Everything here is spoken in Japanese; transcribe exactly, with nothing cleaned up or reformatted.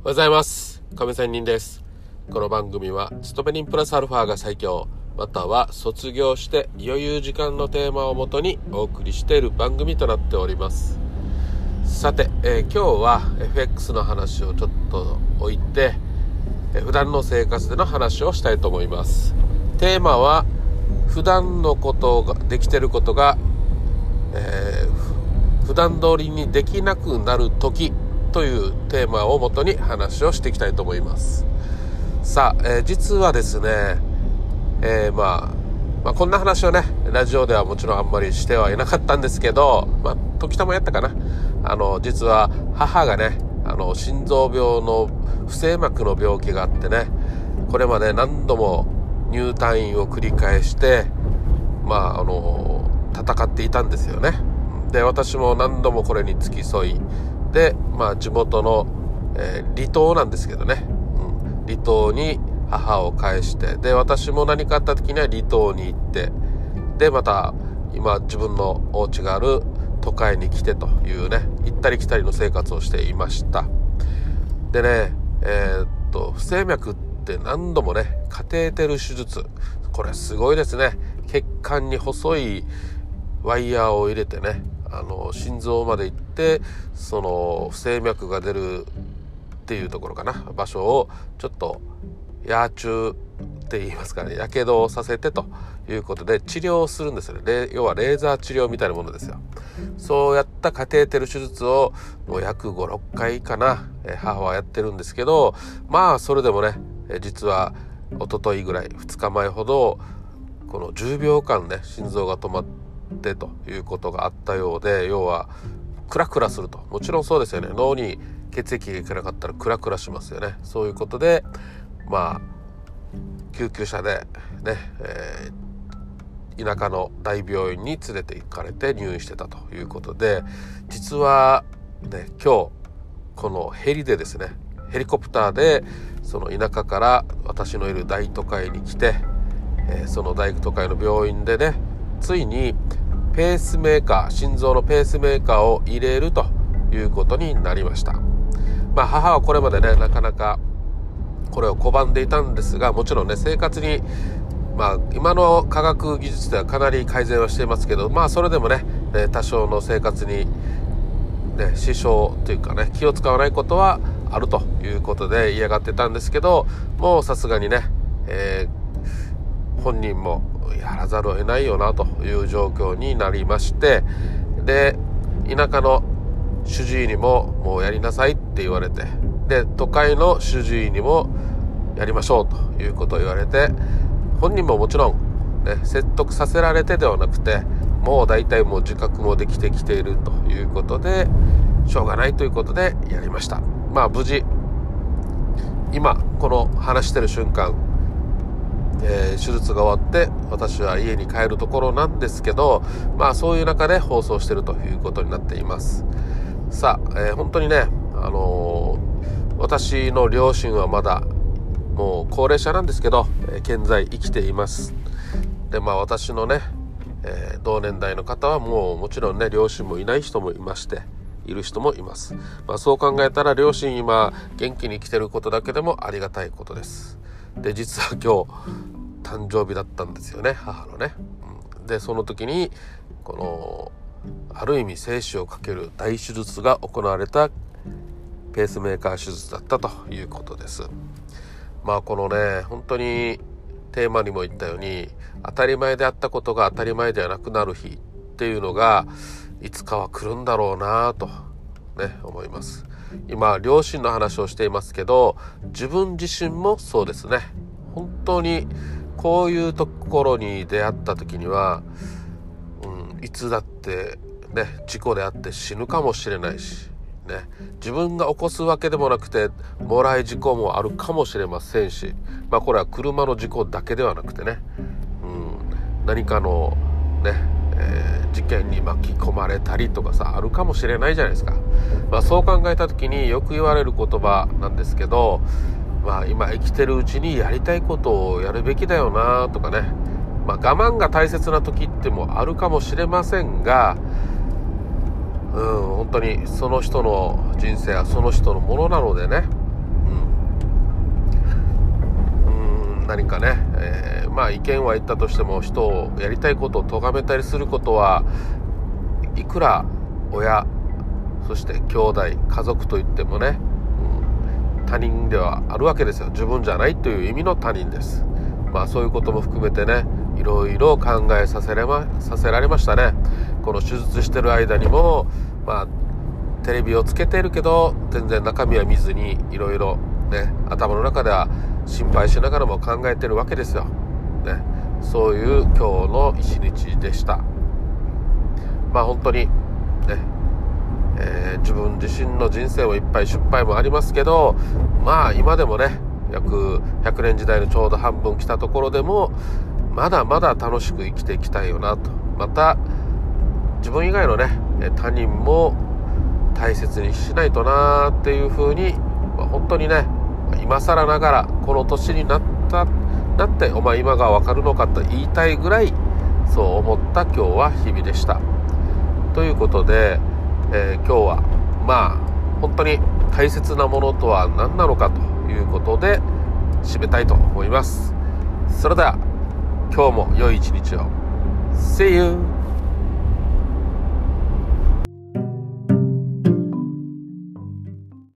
おはようございます。亀仙人です。この番組は勤め人プラスアルファが最強、または卒業して余裕時間のテーマをもとにお送りしている番組となっております。さて、えー、今日は エフエックス の話をちょっと置いて、えー、普段の生活での話をしたいと思います。テーマは普段のことができていることが、えー、普段通りにできなくなる時というテーマをもとに話をしていきたいと思います。さあ、えー、実はですね、えーまあ、まあこんな話をねラジオではもちろんあんまりしてはいなかったんですけど、まあ時たまやったかな。あの実は母がねあの心臓病の不整脈の病気があってね、これまで何度も入退院を繰り返してまああの戦っていたんですよね。で私も何度もこれに付き添いで、まあ、地元の、えー、離島なんですけどね、うん、離島に母を返して、で私も何かあった時には離島に行って、でまた今自分のお家がある都会に来てというね、行ったり来たりの生活をしていました。でね、えー、っと不整脈って何度もねカテーテル手術、これすごいですね。血管に細いワイヤーを入れてね、あの心臓まで行ってその不整脈が出るっていうところかな、場所をちょっとヤーチューって言いますかね、やけどをさせてということで治療をするんですよね。要はレーザー治療みたいなものですよ。そうやったカテーテル手術をもう約ご、ろっかいかな、母はやってるんですけど、まあそれでもね実は一昨日ぐらいふつかまえほどこのじゅうびょうかんね心臓が止まってということがあったようで、要はクラクラすると、もちろんそうですよね。脳に血液がいかなかったらクラクラしますよね。そういうことでまあ救急車でね、えー、田舎の大病院に連れて行かれて入院してたということで、実はね今日このヘリでですね、ヘリコプターでその田舎から私のいる大都会に来て、えー、その大都会の病院でねついにペースメーカー、心臓のペースメーカーを入れるということになりました。まあ母はこれまでねなかなかこれを拒んでいたんですが、もちろんね生活にまあ今の科学技術ではかなり改善はしていますけど、まあそれでもね多少の生活にね支障というかね気を使わないことはあるということで嫌がってたんですけど、もうさすがにね、えー、本人もやらざるを得ないよなという状況になりまして、で田舎の主治医にももうやりなさいって言われて、で都会の主治医にもやりましょうということを言われて、本人ももちろん、ね、説得させられてではなくて、もう大体もう自覚もできてきているということでしょうがないということでやりました。まあ無事今この話してる瞬間、えー、手術が終わって私は家に帰るところなんですけど、まあそういう中で放送しているということになっています。さあ、えー、本当にね、あのー、私の両親はまだもう高齢者なんですけど、えー、現在生きています。でまあ私のね、えー、同年代の方はもうもちろんね両親もいない人もいまして、いる人もいます。まあ、そう考えたら両親今元気に生きてることだけでもありがたいことです。で実は今日誕生日だったんですよね、母のね、うん、でその時にこのある意味生死をかける大手術が行われたペースメーカー手術だったということです。まあこのね本当にテーマにも言ったように、当たり前であったことが当たり前ではなくなる日っていうのがいつかは来るんだろうなとね思います。今両親の話をしていますけど、自分自身もそうですね。本当にこういうところに出会った時には、うん、いつだってね事故であって死ぬかもしれないしね、自分が起こすわけでもなくてもらい事故もあるかもしれませんし、まあこれは車の事故だけではなくてね、うん、何かのね、えー、事件に巻き込まれたりとかさあるかもしれないじゃないですか。まあそう考えた時によく言われる言葉なんですけど、まあ今生きてるうちにやりたいことをやるべきだよなとかね、まあ我慢が大切な時ってもあるかもしれませんが、うん、本当にその人の人生はその人のものなのでね、 何かね、えー、まあ意見は言ったとしても、人をやりたいことを咎めたりすることはいくら親、そして兄弟、家族といってもね、うん、他人ではあるわけですよ。自分じゃないという意味の他人です。まあそういうことも含めてね、いろいろ考えさせれま、させられましたね。この手術してる間にも、まあテレビをつけているけど全然中身は見ずに、いろいろね、頭の中では心配しながらも考えてるわけですよ、ね、そういう今日の一日でした。まあ本当にね、えー、自分自身の人生もいっぱい失敗もありますけど、まあ今でもね、約ひゃくねん時代のちょうど半分来たところでも、まだまだ楽しく生きていきたいよなと。また自分以外のね、他人も大切にしないとなっていう風に、まあ、本当にね、今更ながらこの年になったなってお前今が分かるのかと言いたいぐらい、そう思った今日は日々でした。ということで、えー、今日はまあ本当に大切なものとは何なのかということで締めたいと思います。それでは今日も良い一日を。See you!